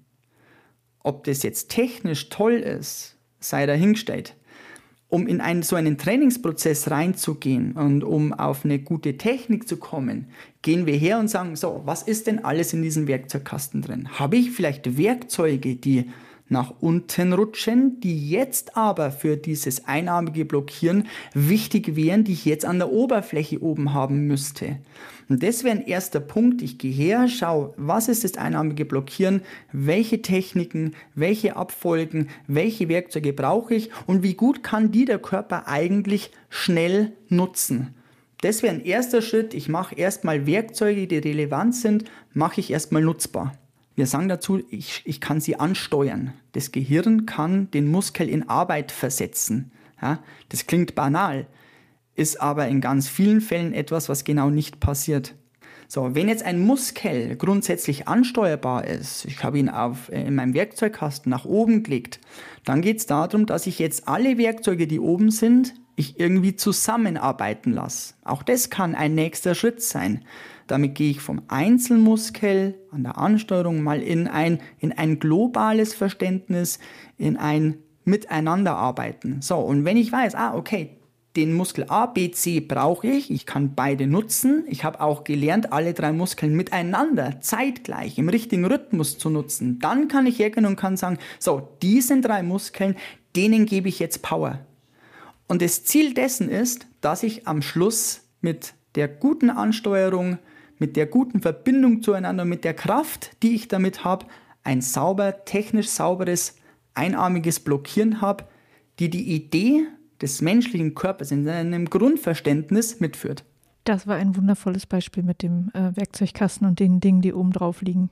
Speaker 3: Ob das jetzt technisch toll ist, sei dahingestellt. Um in so einen Trainingsprozess reinzugehen und um auf eine gute Technik zu kommen, gehen wir her und sagen, so, was ist denn alles in diesem Werkzeugkasten drin? Habe ich vielleicht Werkzeuge, die nach unten rutschen, die jetzt aber für dieses einarmige Blockieren wichtig wären, die ich jetzt an der Oberfläche oben haben müsste? Und das wäre ein erster Punkt. Ich gehe her, schaue, was ist das einarmige Blockieren, welche Techniken, welche Abfolgen, welche Werkzeuge brauche ich und wie gut kann die der Körper eigentlich schnell nutzen? Das wäre ein erster Schritt. Ich mache erstmal Werkzeuge, die relevant sind, mache ich erstmal nutzbar. Wir sagen dazu, ich kann sie ansteuern. Das Gehirn kann den Muskel in Arbeit versetzen. Ja, das klingt banal, ist aber in ganz vielen Fällen etwas, was genau nicht passiert. So, wenn jetzt ein Muskel grundsätzlich ansteuerbar ist, ich habe ihn in meinem Werkzeugkasten nach oben gelegt, dann geht es darum, dass ich jetzt alle Werkzeuge, die oben sind, ich irgendwie zusammenarbeiten lasse. Auch das kann ein nächster Schritt sein. Damit gehe ich vom Einzelmuskel an der Ansteuerung mal in ein globales Verständnis, in ein Miteinanderarbeiten. So, und wenn ich weiß, okay, den Muskel A, B, C brauche ich kann beide nutzen. Ich habe auch gelernt, alle drei Muskeln miteinander zeitgleich im richtigen Rhythmus zu nutzen. Dann kann ich hergehen und kann sagen, so, diesen drei Muskeln, denen gebe ich jetzt Power. Und das Ziel dessen ist, dass ich am Schluss mit der guten Ansteuerung, mit der guten Verbindung zueinander, mit der Kraft, die ich damit habe, ein technisch sauberes, einarmiges Blockieren habe, die Idee des menschlichen Körpers in seinem Grundverständnis mitführt.
Speaker 1: Das war ein wundervolles Beispiel mit dem Werkzeugkasten und den Dingen, die oben drauf liegen.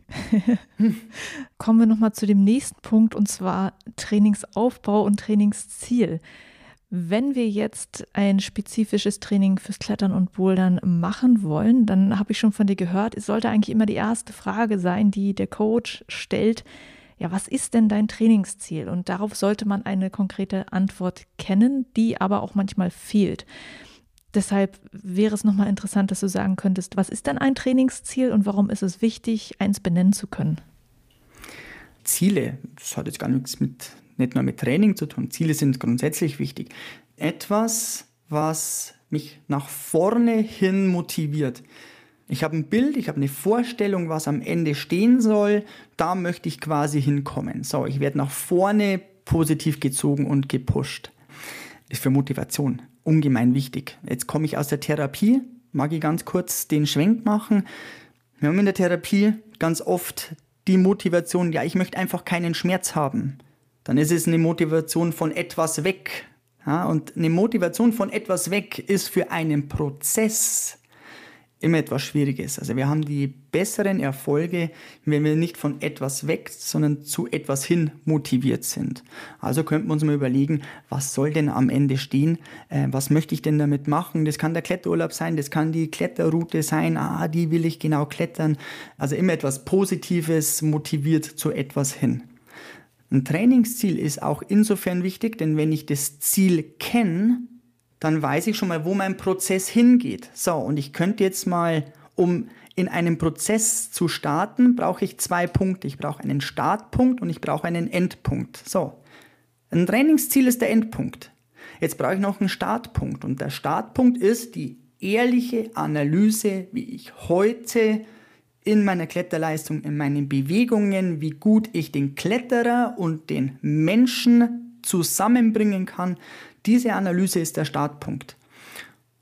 Speaker 1: Kommen wir nochmal zu dem nächsten Punkt, und zwar Trainingsaufbau und Trainingsziel. Wenn wir jetzt ein spezifisches Training fürs Klettern und Bouldern machen wollen, dann habe ich schon von dir gehört, es sollte eigentlich immer die erste Frage sein, die der Coach stellt. Ja, was ist denn dein Trainingsziel? Und darauf sollte man eine konkrete Antwort kennen, die aber auch manchmal fehlt. Deshalb wäre es nochmal interessant, dass du sagen könntest, was ist denn ein Trainingsziel und warum ist es wichtig, eins benennen zu können?
Speaker 3: Ziele, das hat jetzt gar nichts nicht nur mit Training zu tun. Ziele sind grundsätzlich wichtig. Etwas, was mich nach vorne hin motiviert. Ich habe ein Bild, ich habe eine Vorstellung, was am Ende stehen soll. Da möchte ich quasi hinkommen. So, ich werde nach vorne positiv gezogen und gepusht. Ist für Motivation ungemein wichtig. Jetzt komme ich aus der Therapie, mag ich ganz kurz den Schwenk machen. Wir haben in der Therapie ganz oft die Motivation, ja, ich möchte einfach keinen Schmerz haben. Dann ist es eine Motivation von etwas weg. Ja, und eine Motivation von etwas weg ist für einen Prozess immer etwas Schwieriges. Also wir haben die besseren Erfolge, wenn wir nicht von etwas weg, sondern zu etwas hin motiviert sind. Also könnten wir uns mal überlegen, was soll denn am Ende stehen? Was möchte ich denn damit machen? Das kann der Kletterurlaub sein, das kann die Kletterroute sein. Die will ich genau klettern. Also immer etwas Positives motiviert zu etwas hin. Ein Trainingsziel ist auch insofern wichtig, denn wenn ich das Ziel kenne, dann weiß ich schon mal, wo mein Prozess hingeht. So, und ich könnte jetzt mal, um in einem Prozess zu starten, brauche ich 2 Punkte. Ich brauche einen Startpunkt und ich brauche einen Endpunkt. So, ein Trainingsziel ist der Endpunkt. Jetzt brauche ich noch einen Startpunkt. Und der Startpunkt ist die ehrliche Analyse, wie ich heute in meiner Kletterleistung, in meinen Bewegungen, wie gut ich den Kletterer und den Menschen zusammenbringen kann. Diese Analyse ist der Startpunkt.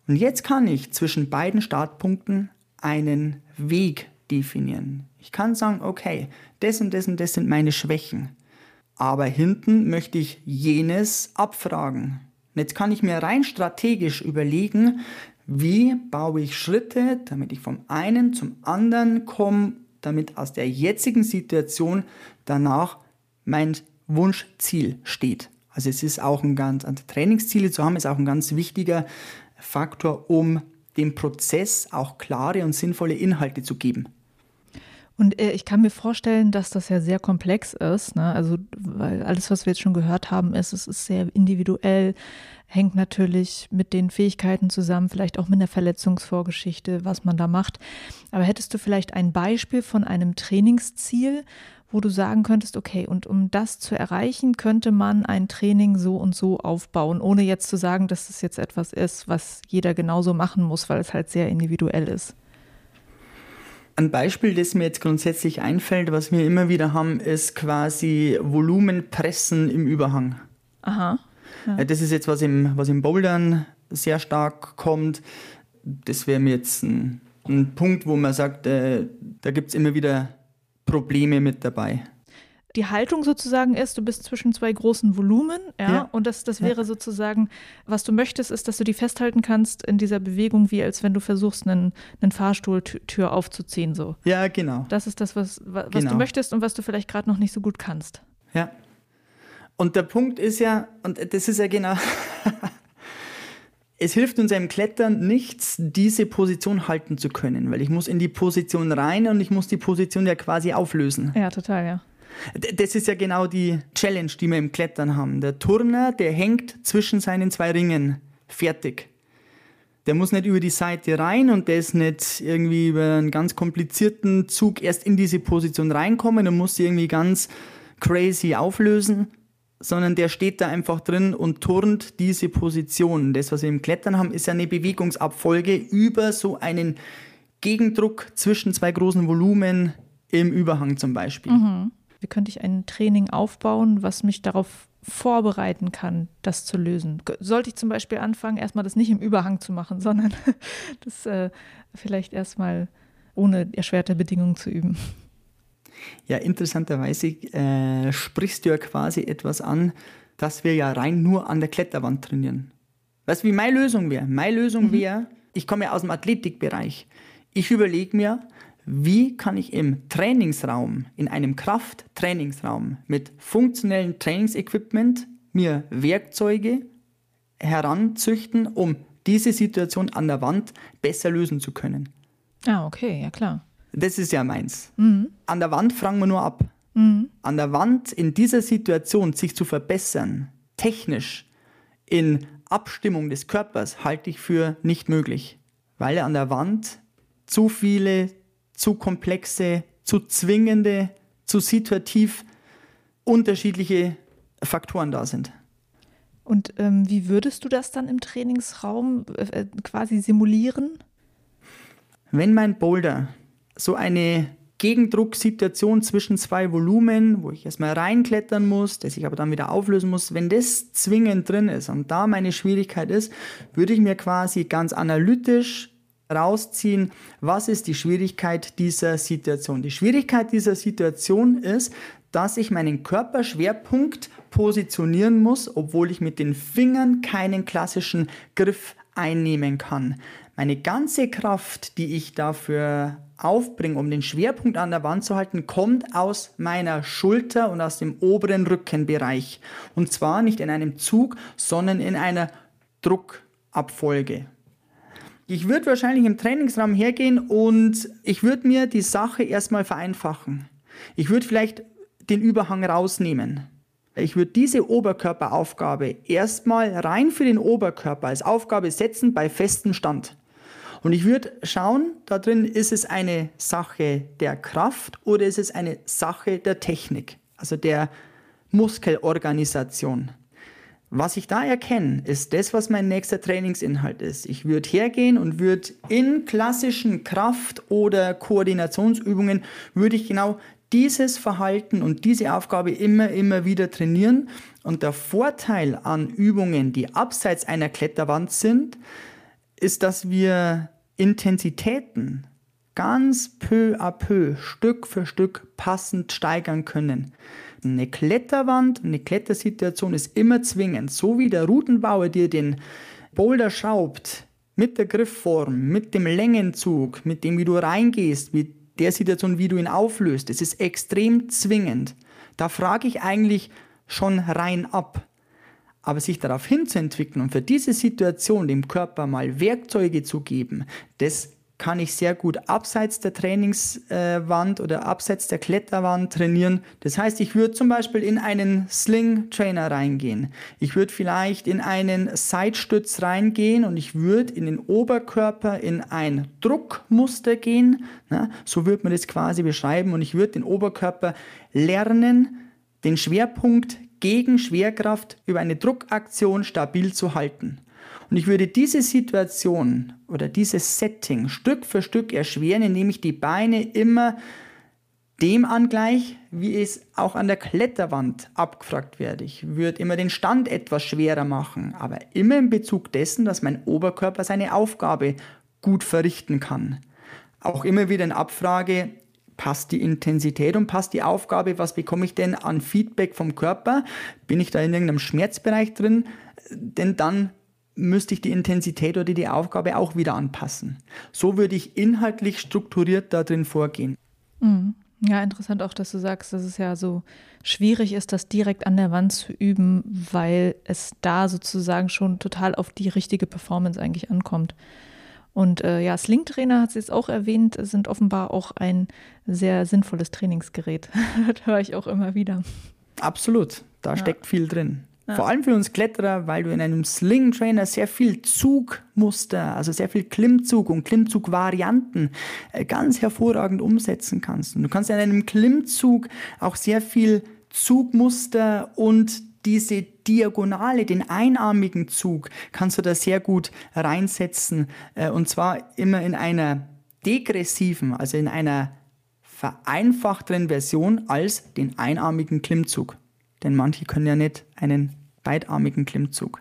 Speaker 3: Und jetzt kann ich zwischen beiden Startpunkten einen Weg definieren. Ich kann sagen, okay, das und das und das sind meine Schwächen. Aber hinten möchte ich jenes abfragen. Und jetzt kann ich mir rein strategisch überlegen, wie baue ich Schritte, damit ich vom einen zum anderen komme, damit aus der jetzigen Situation danach mein Wunschziel steht. Also es ist auch Trainingsziele zu haben, ist auch ein ganz wichtiger Faktor, um dem Prozess auch klare und sinnvolle Inhalte zu geben.
Speaker 1: Und ich kann mir vorstellen, dass das ja sehr komplex ist, ne? Also, weil alles, was wir jetzt schon gehört haben, es ist sehr individuell, hängt natürlich mit den Fähigkeiten zusammen, vielleicht auch mit der Verletzungsvorgeschichte, was man da macht. Aber hättest du vielleicht ein Beispiel von einem Trainingsziel, wo du sagen könntest, okay, und um das zu erreichen, könnte man ein Training so und so aufbauen, ohne jetzt zu sagen, dass es jetzt etwas ist, was jeder genauso machen muss, weil es halt sehr individuell ist?
Speaker 3: Ein Beispiel, das mir jetzt grundsätzlich einfällt, was wir immer wieder haben, ist quasi Volumenpressen im Überhang.
Speaker 1: Aha. Ja.
Speaker 3: Das ist jetzt was im Bouldern sehr stark kommt. Das wäre mir jetzt ein Punkt, wo man sagt, da gibt es immer wieder Probleme mit dabei.
Speaker 1: Die Haltung sozusagen ist, du bist zwischen zwei großen Volumen, ja. Und das wäre sozusagen, was du möchtest, ist, dass du die festhalten kannst in dieser Bewegung, wie als wenn du versuchst, einen Fahrstuhltür aufzuziehen, so.
Speaker 3: Ja, genau.
Speaker 1: Das ist das, was
Speaker 3: genau.
Speaker 1: du möchtest und was du vielleicht gerade noch nicht so gut kannst.
Speaker 3: Ja. Und der Punkt ist ja, und das ist ja genau, es hilft uns beim Klettern nichts, diese Position halten zu können, weil ich muss in die Position rein und ich muss die Position ja quasi auflösen.
Speaker 1: Ja, total, ja.
Speaker 3: Das ist ja genau die Challenge, die wir im Klettern haben. Der Turner, der hängt zwischen seinen zwei Ringen. Fertig. Der muss nicht über die Seite rein und der ist nicht irgendwie über einen ganz komplizierten Zug erst in diese Position reinkommen und muss sie irgendwie ganz crazy auflösen, sondern der steht da einfach drin und turnt diese Position. Das, was wir im Klettern haben, ist ja eine Bewegungsabfolge über so einen Gegendruck zwischen zwei großen Volumen im Überhang zum Beispiel.
Speaker 1: Mhm. Wie könnte ich ein Training aufbauen, was mich darauf vorbereiten kann, das zu lösen? Sollte ich zum Beispiel anfangen, erstmal das nicht im Überhang zu machen, sondern das vielleicht erstmal ohne erschwerte Bedingungen zu üben?
Speaker 3: Ja, interessanterweise sprichst du ja quasi etwas an, dass wir ja rein nur an der Kletterwand trainieren. Weißt du, wie meine Lösung wäre? Meine Lösung wäre, ich komme ja aus dem Athletikbereich. Ich überlege mir, wie kann ich im Trainingsraum, in einem Krafttrainingsraum mit funktionellem Trainingsequipment mir Werkzeuge heranzüchten, um diese Situation an der Wand besser lösen zu können.
Speaker 1: Ah, okay, ja klar.
Speaker 3: Das ist ja meins. An der Wand fragen wir nur ab. An der Wand in dieser Situation sich zu verbessern, technisch, in Abstimmung des Körpers, halte ich für nicht möglich. Weil an der Wand zu viele, zu komplexe, zu zwingende, zu situativ unterschiedliche Faktoren da sind.
Speaker 1: Und wie würdest du das dann im Trainingsraum quasi simulieren?
Speaker 3: Wenn mein Boulder so eine Gegendrucksituation zwischen zwei Volumen, wo ich erstmal reinklettern muss, das ich aber dann wieder auflösen muss, wenn das zwingend drin ist und da meine Schwierigkeit ist, würde ich mir quasi ganz analytisch rausziehen, was ist die Schwierigkeit dieser Situation. Die Schwierigkeit dieser Situation ist, dass ich meinen Körperschwerpunkt positionieren muss, obwohl ich mit den Fingern keinen klassischen Griff einnehmen kann. Meine ganze Kraft, die ich dafür aufbringe, um den Schwerpunkt an der Wand zu halten, kommt aus meiner Schulter und aus dem oberen Rückenbereich. Und zwar nicht in einem Zug, sondern in einer Druckabfolge. Ich würde wahrscheinlich im Trainingsraum hergehen und ich würde mir die Sache erstmal vereinfachen. Ich würde vielleicht den Überhang rausnehmen. Ich würde diese Oberkörperaufgabe erstmal rein für den Oberkörper als Aufgabe setzen bei festem Stand. Und ich würde schauen, da drin, ist es eine Sache der Kraft oder ist es eine Sache der Technik, also der Muskelorganisation. Was ich da erkenne, ist das, was mein nächster Trainingsinhalt ist. Ich würde hergehen und würde in klassischen Kraft- oder Koordinationsübungen, würde ich genau dieses Verhalten und diese Aufgabe immer wieder trainieren. Und der Vorteil an Übungen, die abseits einer Kletterwand sind, ist, dass wir Intensitäten ganz peu à peu, Stück für Stück passend steigern können. Eine Kletterwand, eine Klettersituation ist immer zwingend. So wie der Routenbauer dir den Boulder schraubt, mit der Griffform, mit dem Längenzug, mit dem, wie du reingehst, mit der Situation, wie du ihn auflöst. Es ist extrem zwingend. Da frage ich eigentlich schon rein ab. Aber sich darauf hinzuentwickeln und für diese Situation dem Körper mal Werkzeuge zu geben, das kann ich sehr gut abseits der Trainingswand oder abseits der Kletterwand trainieren. Das heißt, ich würde zum Beispiel in einen Sling-Trainer reingehen. Ich würde vielleicht in einen Seitstütz reingehen und ich würde in den Oberkörper in ein Druckmuster gehen. So würde man das quasi beschreiben. Und ich würde den Oberkörper lernen, den Schwerpunkt gegen Schwerkraft über eine Druckaktion stabil zu halten. Und ich würde diese Situation oder dieses Setting Stück für Stück erschweren, indem ich die Beine immer dem angleiche, wie es auch an der Kletterwand abgefragt werde. Ich würde immer den Stand etwas schwerer machen, aber immer in Bezug dessen, dass mein Oberkörper seine Aufgabe gut verrichten kann. Auch immer wieder in Abfrage, passt die Intensität und passt die Aufgabe, was bekomme ich denn an Feedback vom Körper? Bin ich da in irgendeinem Schmerzbereich drin? Denn dann müsste ich die Intensität oder die Aufgabe auch wieder anpassen. So würde ich inhaltlich strukturiert da drin vorgehen.
Speaker 1: Ja, interessant auch, dass du sagst, dass es ja so schwierig ist, das direkt an der Wand zu üben, weil es da sozusagen schon total auf die richtige Performance eigentlich ankommt. Und Sling-Trainer, hat sie jetzt auch erwähnt, sind offenbar auch ein sehr sinnvolles Trainingsgerät. Das höre ich auch immer wieder.
Speaker 3: Absolut, da steckt viel drin. Ja. Vor allem für uns Kletterer, weil du in einem Sling-Trainer sehr viel Zugmuster, also sehr viel Klimmzug und Klimmzugvarianten ganz hervorragend umsetzen kannst. Und du kannst in einem Klimmzug auch sehr viel Zugmuster und diese Diagonale, den einarmigen Zug, kannst du da sehr gut reinsetzen. Und zwar immer in einer degressiven, also in einer vereinfachteren Version als den einarmigen Klimmzug. Denn manche können ja nicht einen beidarmigen Klimmzug.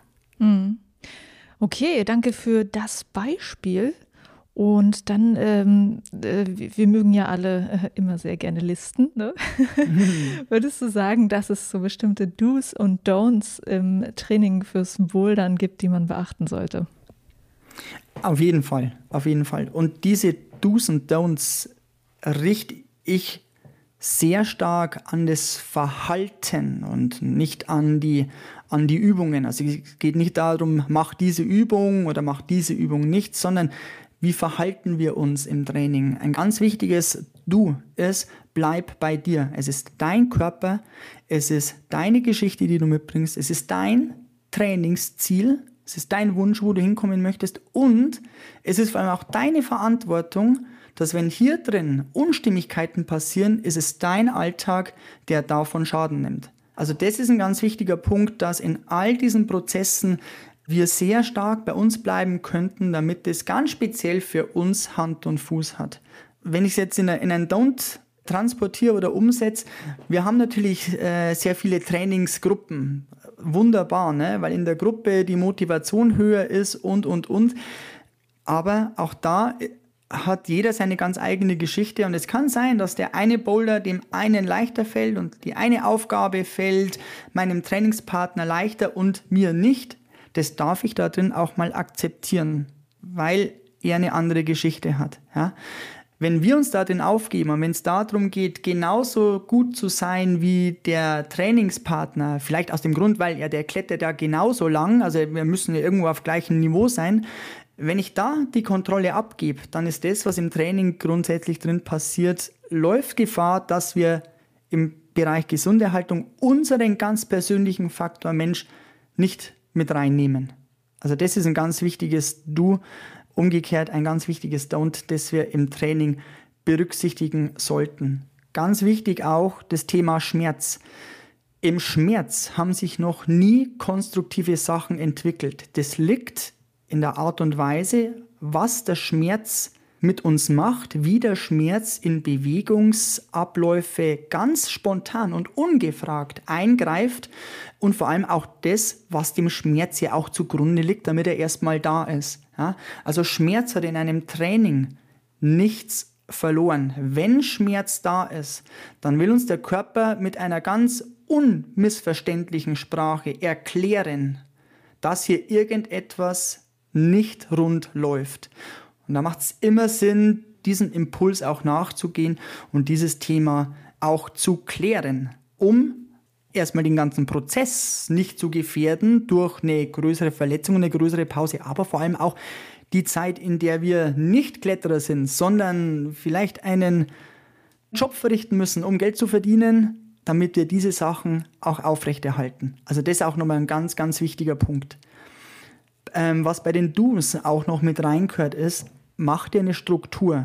Speaker 1: Okay, danke für das Beispiel. Und dann, wir mögen ja alle immer sehr gerne Listen, ne? Würdest du sagen, dass es so bestimmte Do's und Don'ts im Training fürs Bouldern gibt, die man beachten sollte?
Speaker 3: Auf jeden Fall, auf jeden Fall. Und diese Do's und Don'ts richte ich sehr stark an das Verhalten und nicht an die Übungen. Also es geht nicht darum, mach diese Übung oder mach diese Übung nicht, sondern wie verhalten wir uns im Training? Ein ganz wichtiges Du ist, bleib bei dir. Es ist dein Körper, es ist deine Geschichte, die du mitbringst, es ist dein Trainingsziel, es ist dein Wunsch, wo du hinkommen möchtest und es ist vor allem auch deine Verantwortung, dass wenn hier drin Unstimmigkeiten passieren, ist es dein Alltag, der davon Schaden nimmt. Also das ist ein ganz wichtiger Punkt, dass in all diesen Prozessen wir sehr stark bei uns bleiben könnten, damit es ganz speziell für uns Hand und Fuß hat. Wenn ich es jetzt in einen Don't transportiere oder umsetze, wir haben natürlich sehr viele Trainingsgruppen. Wunderbar, ne? Weil in der Gruppe die Motivation höher ist und. Aber auch da hat jeder seine ganz eigene Geschichte und es kann sein, dass der eine Boulder dem einen leichter fällt und die eine Aufgabe fällt meinem Trainingspartner leichter und mir nicht. Das darf ich da drin auch mal akzeptieren, weil er eine andere Geschichte hat. Ja? Wenn wir uns da drin aufgeben und wenn es darum geht, genauso gut zu sein wie der Trainingspartner, vielleicht aus dem Grund, weil der klettert ja genauso lang, also wir müssen ja irgendwo auf gleichem Niveau sein. Wenn ich da die Kontrolle abgebe, dann ist das, was im Training grundsätzlich drin passiert, läuft Gefahr, dass wir im Bereich Gesunderhaltung unseren ganz persönlichen Faktor Mensch nicht mit reinnehmen. Also das ist ein ganz wichtiges Du, umgekehrt ein ganz wichtiges Don't, das wir im Training berücksichtigen sollten. Ganz wichtig auch das Thema Schmerz. Im Schmerz haben sich noch nie konstruktive Sachen entwickelt. Das liegt in der Art und Weise, was der Schmerz mit uns macht, wie der Schmerz in Bewegungsabläufe ganz spontan und ungefragt eingreift und vor allem auch das, was dem Schmerz ja auch zugrunde liegt, damit er erstmal da ist. Ja? Also Schmerz hat in einem Training nichts verloren. Wenn Schmerz da ist, dann will uns der Körper mit einer ganz unmissverständlichen Sprache erklären, dass hier irgendetwas nicht rund läuft. Und da macht es immer Sinn, diesem Impuls auch nachzugehen und dieses Thema auch zu klären, um erstmal den ganzen Prozess nicht zu gefährden durch eine größere Verletzung, eine größere Pause, aber vor allem auch die Zeit, in der wir nicht Kletterer sind, sondern vielleicht einen Job verrichten müssen, um Geld zu verdienen, damit wir diese Sachen auch aufrechterhalten. Also das ist auch nochmal ein ganz, ganz wichtiger Punkt. Was bei den Do's auch noch mit reingehört ist, mach dir eine Struktur.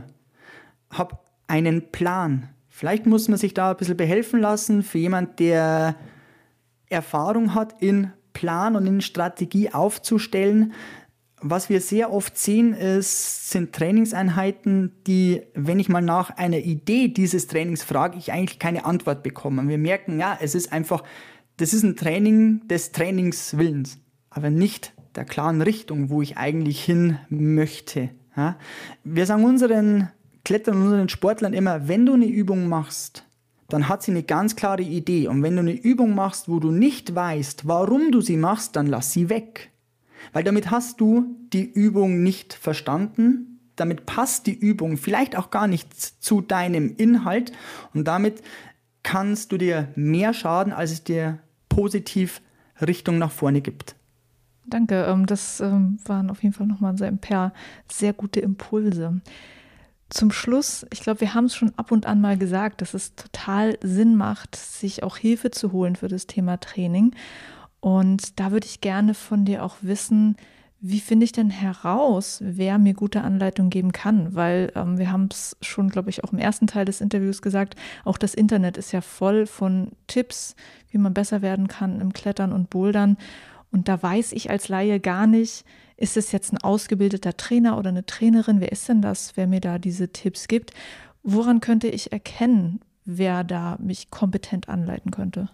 Speaker 3: Hab einen Plan. Vielleicht muss man sich da ein bisschen behelfen lassen für jemand, der Erfahrung hat, in Plan und in Strategie aufzustellen. Was wir sehr oft sehen, sind Trainingseinheiten, die, wenn ich mal nach einer Idee dieses Trainings frage, ich eigentlich keine Antwort bekomme. Und wir merken, ja, es ist einfach, das ist ein Training des Trainingswillens, aber nicht der klaren Richtung, wo ich eigentlich hin möchte. Ja? Wir sagen unseren Klettern und unseren Sportlern immer, wenn du eine Übung machst, dann hat sie eine ganz klare Idee. Und wenn du eine Übung machst, wo du nicht weißt, warum du sie machst, dann lass sie weg. Weil damit hast du die Übung nicht verstanden, damit passt die Übung vielleicht auch gar nicht zu deinem Inhalt und damit kannst du dir mehr schaden, als es dir positiv Richtung nach vorne gibt.
Speaker 1: Danke, das waren auf jeden Fall nochmal so ein paar sehr gute Impulse. Zum Schluss, ich glaube, wir haben es schon ab und an mal gesagt, dass es total Sinn macht, sich auch Hilfe zu holen für das Thema Training. Und da würde ich gerne von dir auch wissen, wie finde ich denn heraus, wer mir gute Anleitung geben kann? Weil wir haben es schon, glaube ich, auch im ersten Teil des Interviews gesagt, auch das Internet ist ja voll von Tipps, wie man besser werden kann im Klettern und Bouldern. Und da weiß ich als Laie gar nicht, ist es jetzt ein ausgebildeter Trainer oder eine Trainerin? Wer ist denn das, wer mir da diese Tipps gibt? Woran könnte ich erkennen, wer da mich kompetent anleiten könnte?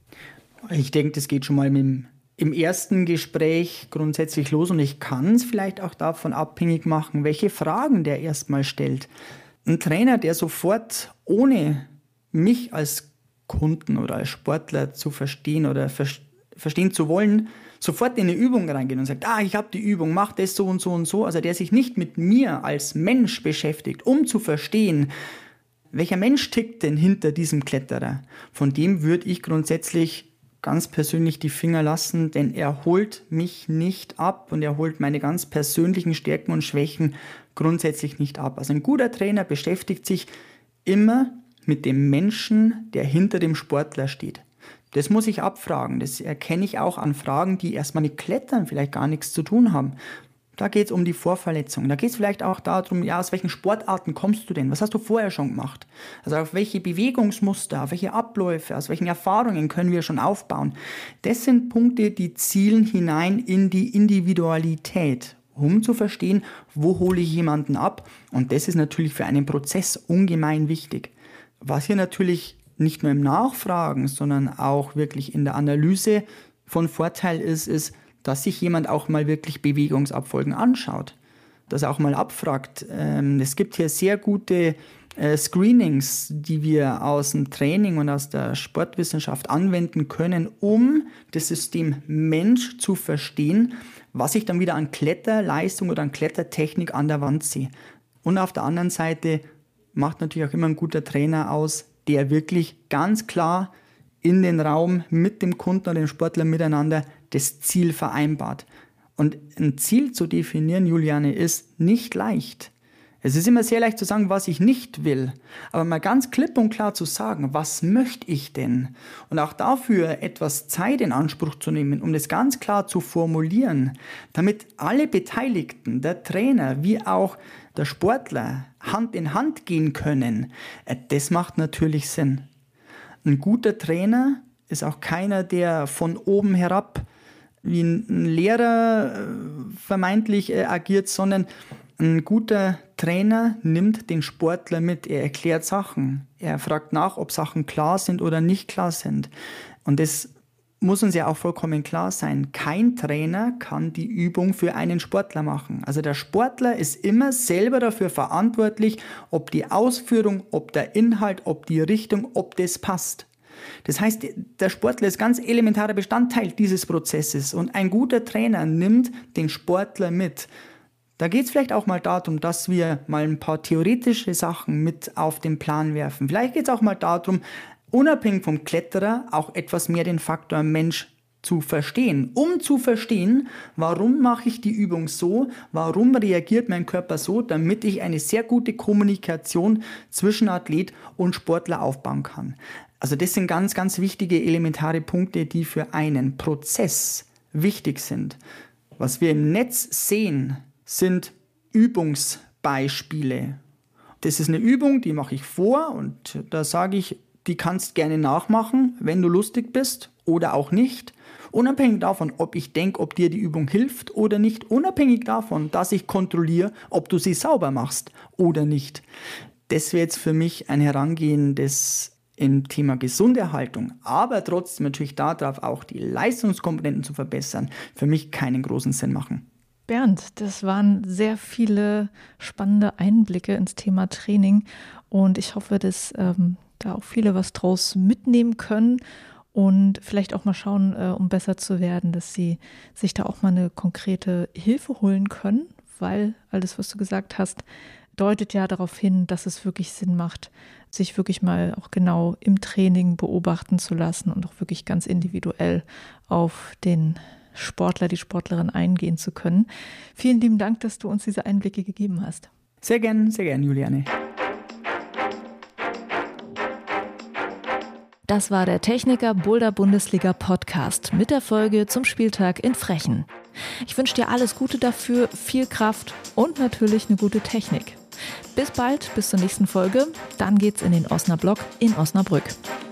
Speaker 3: Ich denke, das geht schon mal im ersten Gespräch grundsätzlich los und ich kann es vielleicht auch davon abhängig machen, welche Fragen der erstmal stellt. Ein Trainer, der sofort, ohne mich als Kunden oder als Sportler zu verstehen oder verstehen zu wollen, sofort in eine Übung reingeht und sagt, ich habe die Übung, mach das so und so und so. Also der sich nicht mit mir als Mensch beschäftigt, um zu verstehen, welcher Mensch tickt denn hinter diesem Kletterer. Von dem würde ich grundsätzlich ganz persönlich die Finger lassen, denn er holt mich nicht ab und er holt meine ganz persönlichen Stärken und Schwächen grundsätzlich nicht ab. Also ein guter Trainer beschäftigt sich immer mit dem Menschen, der hinter dem Sportler steht. Das muss ich abfragen. Das erkenne ich auch an Fragen, die erstmal mit Klettern vielleicht gar nichts zu tun haben. Da geht es um die Vorverletzung. Da geht es vielleicht auch darum, aus welchen Sportarten kommst du denn? Was hast du vorher schon gemacht? Also auf welche Bewegungsmuster, auf welche Abläufe, aus welchen Erfahrungen können wir schon aufbauen? Das sind Punkte, die zielen hinein in die Individualität, um zu verstehen, wo hole ich jemanden ab? Und das ist natürlich für einen Prozess ungemein wichtig. Was hier natürlich nicht nur im Nachfragen, sondern auch wirklich in der Analyse von Vorteil ist, dass sich jemand auch mal wirklich Bewegungsabfolgen anschaut, dass er auch mal abfragt. Es gibt hier sehr gute Screenings, die wir aus dem Training und aus der Sportwissenschaft anwenden können, um das System Mensch zu verstehen, was ich dann wieder an Kletterleistung oder an Klettertechnik an der Wand sehe. Und auf der anderen Seite macht natürlich auch immer ein guter Trainer aus, der wirklich ganz klar in den Raum mit dem Kunden oder dem Sportler miteinander das Ziel vereinbart. Und ein Ziel zu definieren, Juliane, ist nicht leicht. Es ist immer sehr leicht zu sagen, was ich nicht will, aber mal ganz klipp und klar zu sagen, was möchte ich denn? Und auch dafür etwas Zeit in Anspruch zu nehmen, um das ganz klar zu formulieren, damit alle Beteiligten, der Trainer wie auch der Sportler, Hand in Hand gehen können. Das macht natürlich Sinn. Ein guter Trainer ist auch keiner, der von oben herab wie ein Lehrer vermeintlich agiert, sondern ein guter Trainer nimmt den Sportler mit. Er erklärt Sachen. Er fragt nach, ob Sachen klar sind oder nicht klar sind. Und das muss uns ja auch vollkommen klar sein, kein Trainer kann die Übung für einen Sportler machen. Also der Sportler ist immer selber dafür verantwortlich, ob die Ausführung, ob der Inhalt, ob die Richtung, ob das passt. Das heißt, der Sportler ist ganz elementarer Bestandteil dieses Prozesses und ein guter Trainer nimmt den Sportler mit. Da geht es vielleicht auch mal darum, dass wir mal ein paar theoretische Sachen mit auf den Plan werfen. Vielleicht geht es auch mal darum, unabhängig vom Kletterer auch etwas mehr den Faktor Mensch zu verstehen. Um zu verstehen, warum mache ich die Übung so, warum reagiert mein Körper so, damit ich eine sehr gute Kommunikation zwischen Athlet und Sportler aufbauen kann. Also das sind ganz, ganz wichtige elementare Punkte, die für einen Prozess wichtig sind. Was wir im Netz sehen, sind Übungsbeispiele. Das ist eine Übung, die mache ich vor und da sage ich, die kannst gerne nachmachen, wenn du lustig bist oder auch nicht. Unabhängig davon, ob ich denke, ob dir die Übung hilft oder nicht. Unabhängig davon, dass ich kontrolliere, ob du sie sauber machst oder nicht. Das wäre jetzt für mich ein Herangehen, das im Thema Gesunderhaltung, aber trotzdem natürlich darauf auch die Leistungskomponenten zu verbessern, für mich keinen großen Sinn machen.
Speaker 1: Bernd, das waren sehr viele spannende Einblicke ins Thema Training und ich hoffe, dass da auch viele was draus mitnehmen können und vielleicht auch mal schauen, um besser zu werden, dass sie sich da auch mal eine konkrete Hilfe holen können, weil alles, was du gesagt hast, deutet ja darauf hin, dass es wirklich Sinn macht, sich wirklich mal auch genau im Training beobachten zu lassen und auch wirklich ganz individuell auf den Sportler, die Sportlerin eingehen zu können. Vielen lieben Dank, dass du uns diese Einblicke gegeben hast.
Speaker 3: Sehr gern, Juliane.
Speaker 1: Das war der Techniker Boulder Bundesliga Podcast mit der Folge zum Spieltag in Frechen. Ich wünsche dir alles Gute dafür, viel Kraft und natürlich eine gute Technik. Bis bald, bis zur nächsten Folge. Dann geht's in den Osnabrück in Osnabrück.